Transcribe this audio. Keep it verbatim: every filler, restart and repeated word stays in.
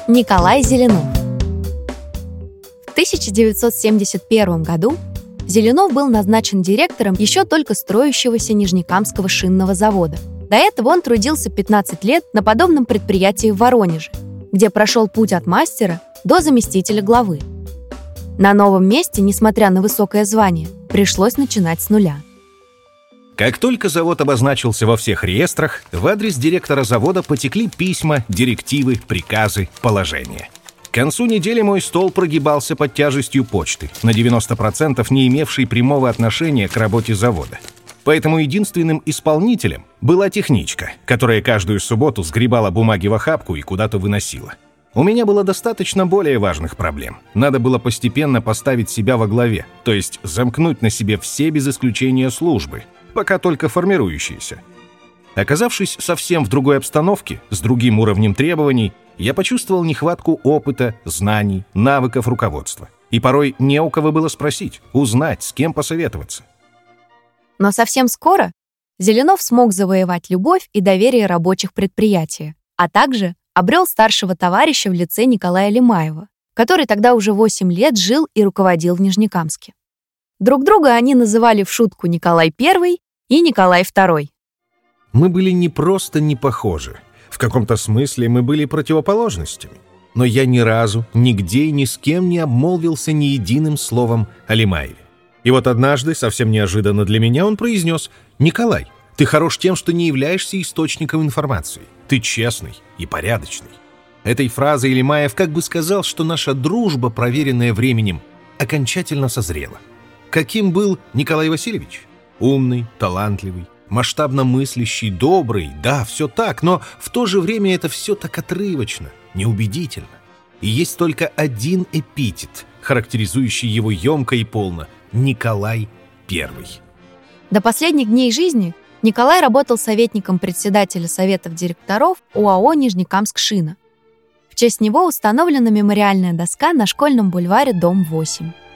Николай Зеленов. В тысяча девятьсот семьдесят первом году Зеленов был назначен директором еще только строящегося Нижнекамского шинного завода. До этого он трудился пятнадцать лет на подобном предприятии в Воронеже, где прошел путь от мастера до заместителя главы. На новом месте, несмотря на высокое звание, пришлось начинать с нуля. Как только завод обозначился во всех реестрах, в адрес директора завода потекли письма, директивы, приказы, положения. К концу недели мой стол прогибался под тяжестью почты, на девяносто процентов не имевшей прямого отношения к работе завода. Поэтому единственным исполнителем была техничка, которая каждую субботу сгребала бумаги в охапку и куда-то выносила. У меня было достаточно более важных проблем. Надо было постепенно поставить себя во главе, то есть замкнуть на себе все без исключения службы, пока только формирующиеся. Оказавшись совсем в другой обстановке, с другим уровнем требований, я почувствовал нехватку опыта, знаний, навыков руководства. И порой не у кого было спросить, узнать, с кем посоветоваться. Но совсем скоро Зеленов смог завоевать любовь и доверие рабочих предприятия, а также обрел старшего товарища в лице Николая Лимаева, который тогда уже восемь лет жил и руководил в Нижнекамске. Друг друга они называли в шутку Николай Первый и Николай Второй. Мы были не просто не похожи. В каком-то смысле мы были противоположностями. Но я ни разу, нигде и ни с кем не обмолвился ни единым словом о Лимаеве. И вот однажды, совсем неожиданно для меня, он произнес: «Николай, ты хорош тем, что не являешься источником информации. Ты честный и порядочный». Этой фразой Лимаев как бы сказал, что наша дружба, проверенная временем, окончательно созрела. Каким был Николай Васильевич? Умный, талантливый, масштабно мыслящий, добрый, да, все так, но в то же время это все так отрывочно, неубедительно. И есть только один эпитет, характеризующий его емко и полно — Николай Первый. До последних дней жизни Николай работал советником председателя советов директоров ОАО «Нижнекамск-Шина». В честь него установлена мемориальная доска на Школьном бульваре, дом восемь.